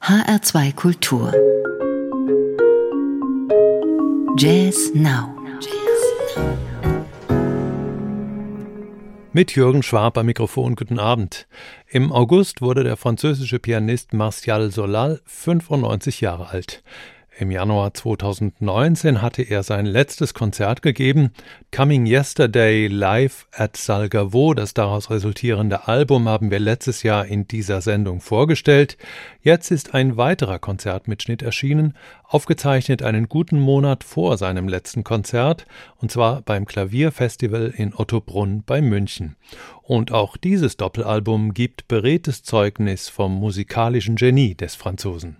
HR2 Kultur Jazz Now. Mit Jürgen Schwab am Mikrofon, guten Abend. Im August wurde der französische Pianist Martial Solal 95 Jahre alt. Im Januar 2019 hatte er sein letztes Konzert gegeben, Coming Yesterday live at Salgavo. Das daraus resultierende Album haben wir letztes Jahr in dieser Sendung vorgestellt. Jetzt ist ein weiterer Konzertmitschnitt erschienen, aufgezeichnet einen guten Monat vor seinem letzten Konzert, und zwar beim Klavierfestival in Ottobrunn bei München. Und auch dieses Doppelalbum gibt beredtes Zeugnis vom musikalischen Genie des Franzosen.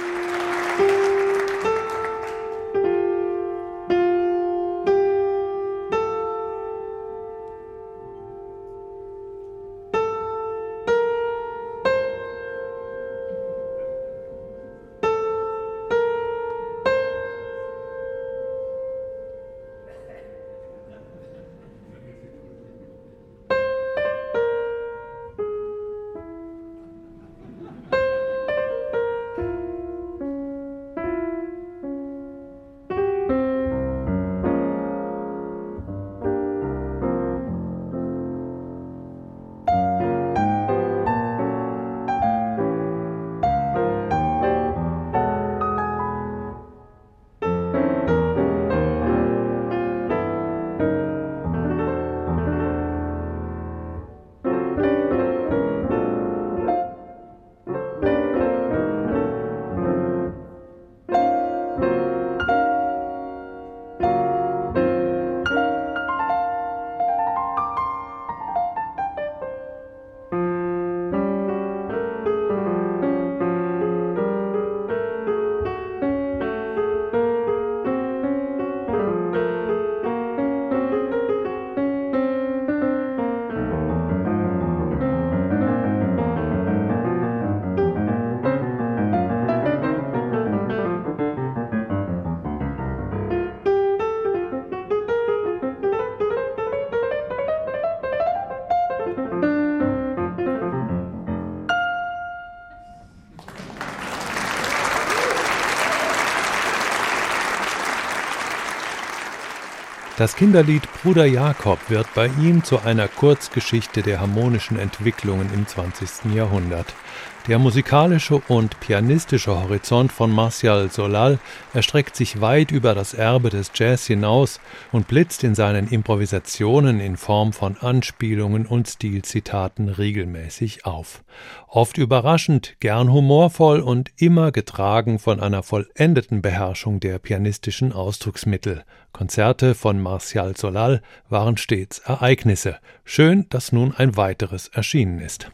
Das Kinderlied Bruder Jakob wird bei ihm zu einer Kurzgeschichte der harmonischen Entwicklungen im 20. Jahrhundert. Der musikalische und pianistische Horizont von Martial Solal erstreckt sich weit über das Erbe des Jazz hinaus und blitzt in seinen Improvisationen in Form von Anspielungen und Stilzitaten regelmäßig auf. Oft überraschend, gern humorvoll und immer getragen von einer vollendeten Beherrschung der pianistischen Ausdrucksmittel. Konzerte von Martial Solal waren stets Ereignisse. Schön, dass nun ein weiteres erschienen ist.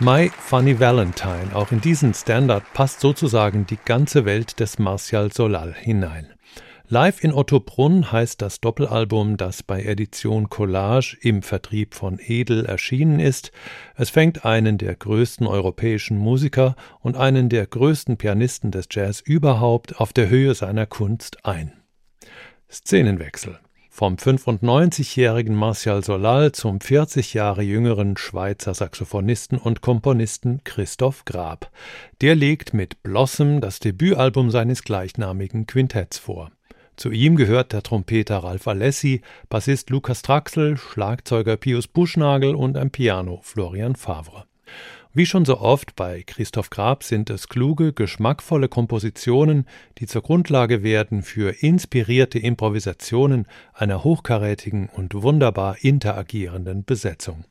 My Funny Valentine, auch in diesen Standard passt sozusagen die ganze Welt des Martial Solal hinein. Live in Ottobrunn heißt das Doppelalbum, das bei Edition Collage im Vertrieb von Edel erschienen ist. Es fängt einen der größten europäischen Musiker und einen der größten Pianisten des Jazz überhaupt auf der Höhe seiner Kunst ein. Szenenwechsel. Vom 95-jährigen Martial Solal zum 40 Jahre jüngeren Schweizer Saxophonisten und Komponisten Christoph Grab. Der legt mit Blossom das Debütalbum seines gleichnamigen Quintetts vor. Zu ihm gehört der Trompeter Ralf Alessi, Bassist Lukas Traxel, Schlagzeuger Pius Buschnagel und am Piano Florian Favre. Wie schon so oft bei Christoph Grab sind es kluge, geschmackvolle Kompositionen, die zur Grundlage werden für inspirierte Improvisationen einer hochkarätigen und wunderbar interagierenden Besetzung.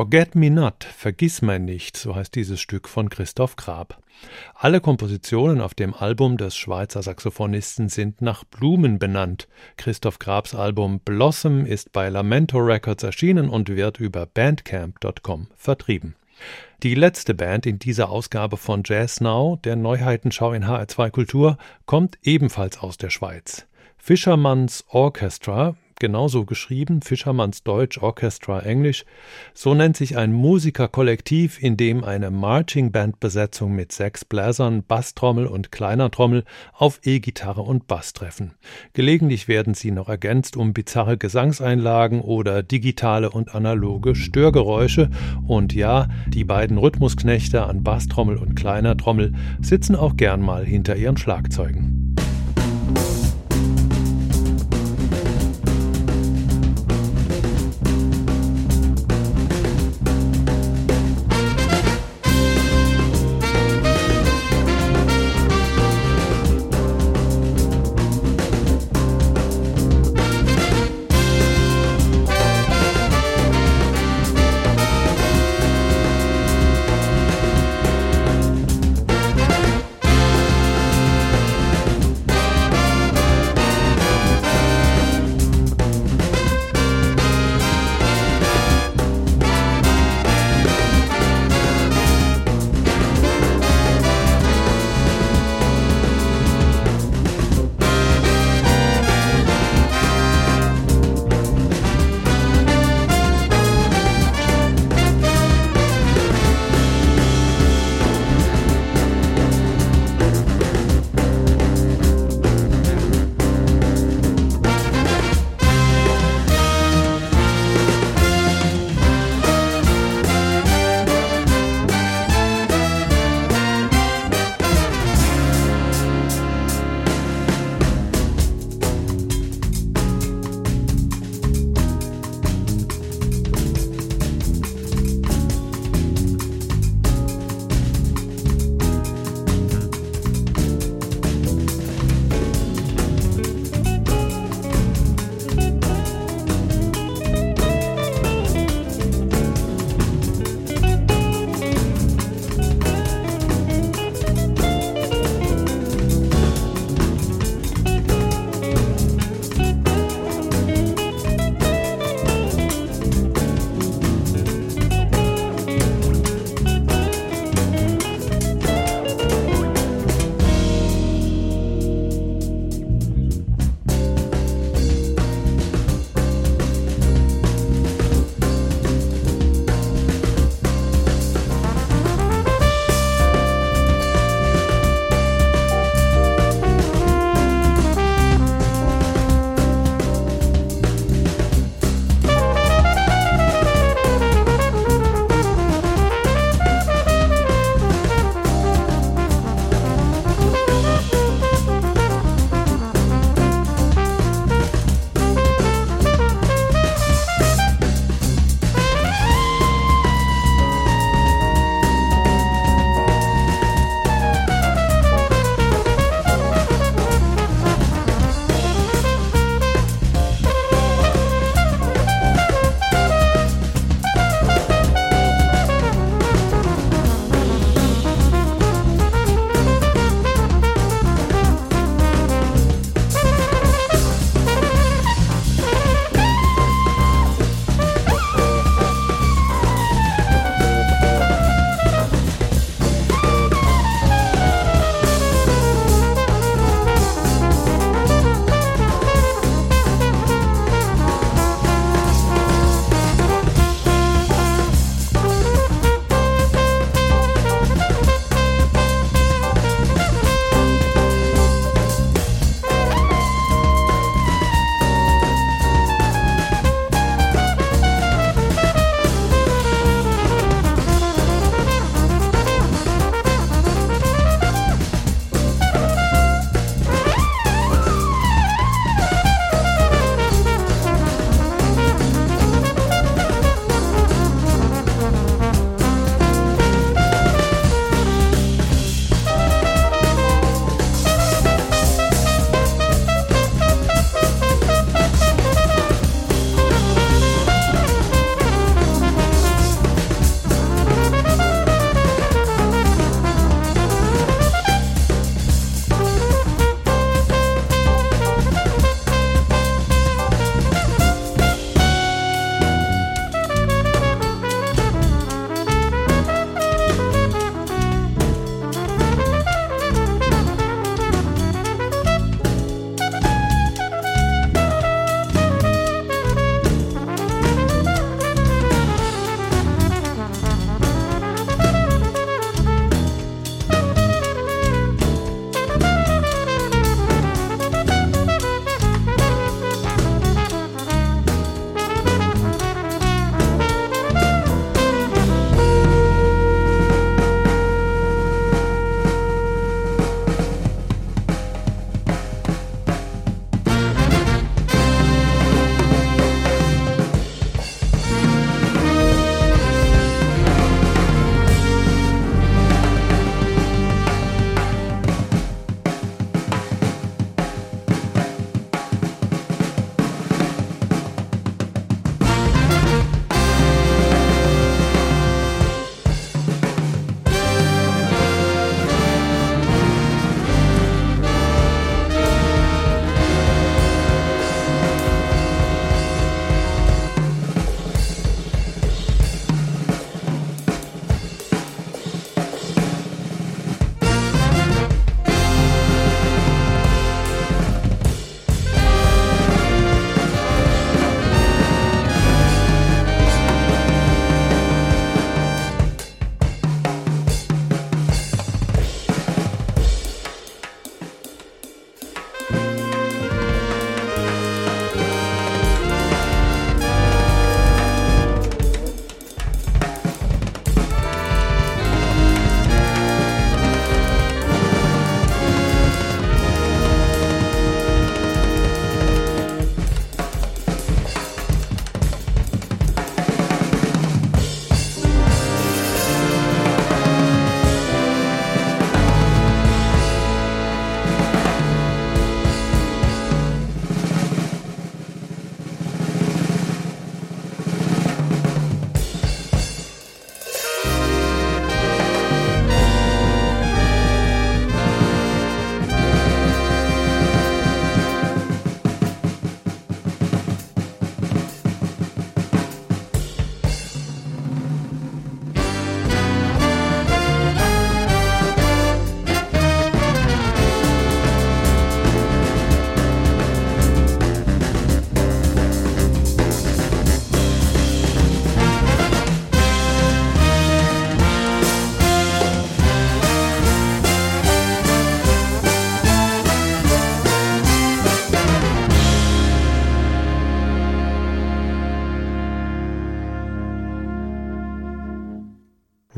Forget Me Not, Vergiss mein nicht, so heißt dieses Stück von Christoph Grab. Alle Kompositionen auf dem Album des Schweizer Saxophonisten sind nach Blumen benannt. Christoph Grabs Album Blossom ist bei Lamento Records erschienen und wird über bandcamp.com vertrieben. Die letzte Band in dieser Ausgabe von Jazz Now, der Neuheitenschau in HR2 Kultur, kommt ebenfalls aus der Schweiz. Fischermanns Orchestra, genauso geschrieben, Fischermanns Deutsch, Orchestra Englisch, so nennt sich ein Musikerkollektiv, in dem eine Marching-Band-Besetzung mit 6 Bläsern, Basstrommel und kleiner Trommel auf E-Gitarre und Bass treffen. Gelegentlich werden sie noch ergänzt um bizarre Gesangseinlagen oder digitale und analoge Störgeräusche. Und ja, die beiden Rhythmusknechte an Basstrommel und kleiner Trommel sitzen auch gern mal hinter ihren Schlagzeugen.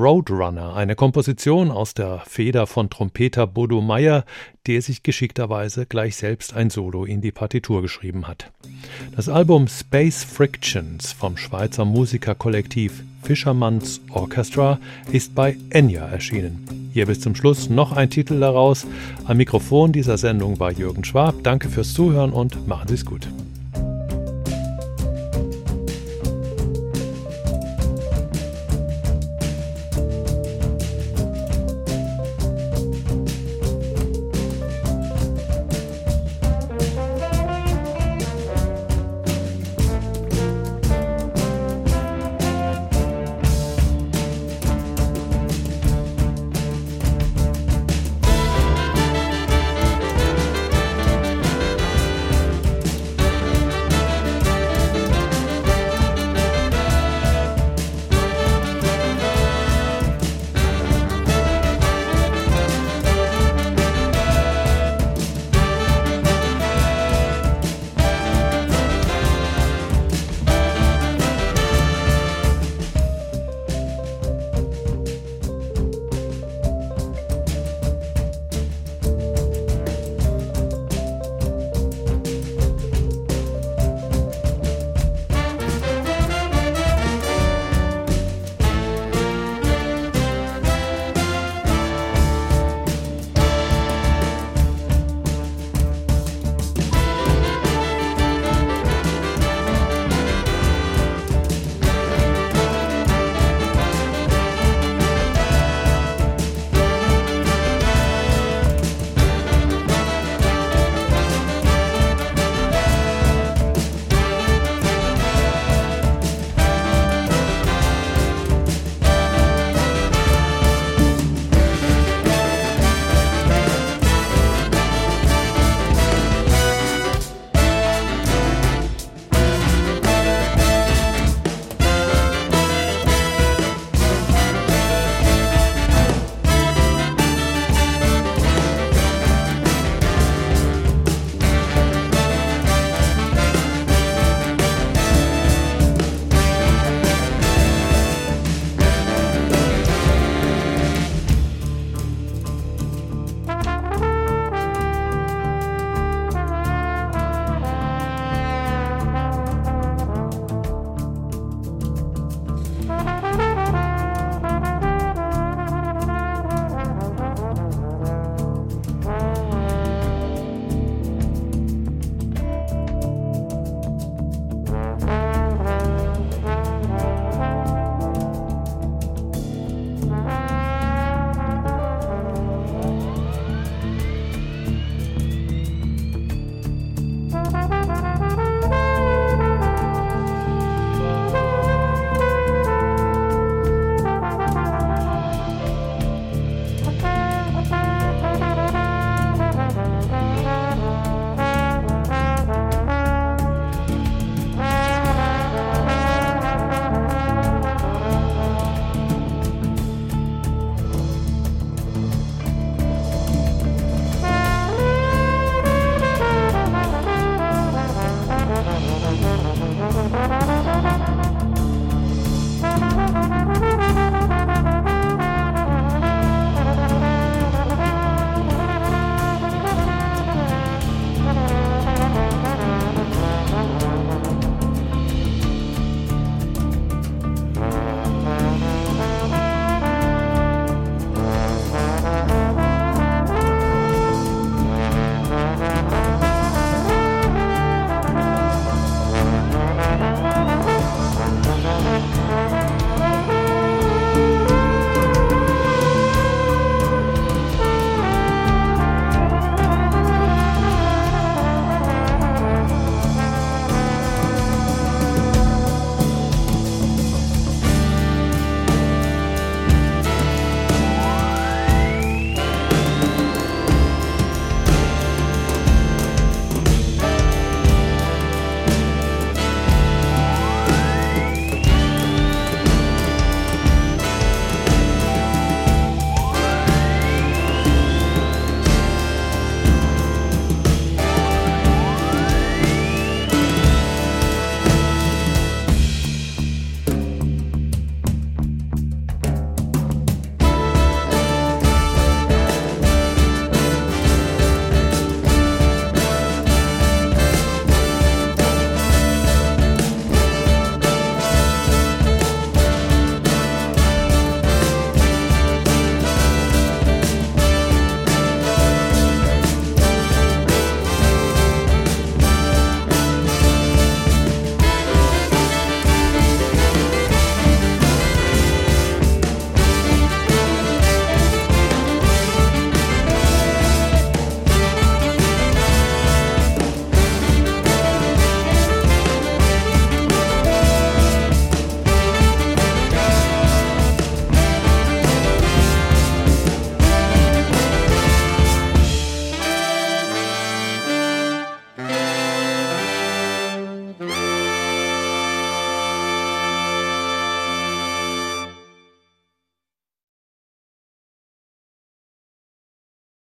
Roadrunner, eine Komposition aus der Feder von Trompeter Bodo Meyer, der sich geschickterweise gleich selbst ein Solo in die Partitur geschrieben hat. Das Album Space Frictions vom Schweizer Musikerkollektiv Fischermanns Orchestra ist bei Enya erschienen. Hier bis zum Schluss noch ein Titel daraus. Am Mikrofon dieser Sendung war Jürgen Schwab. Danke fürs Zuhören und machen Sie es gut.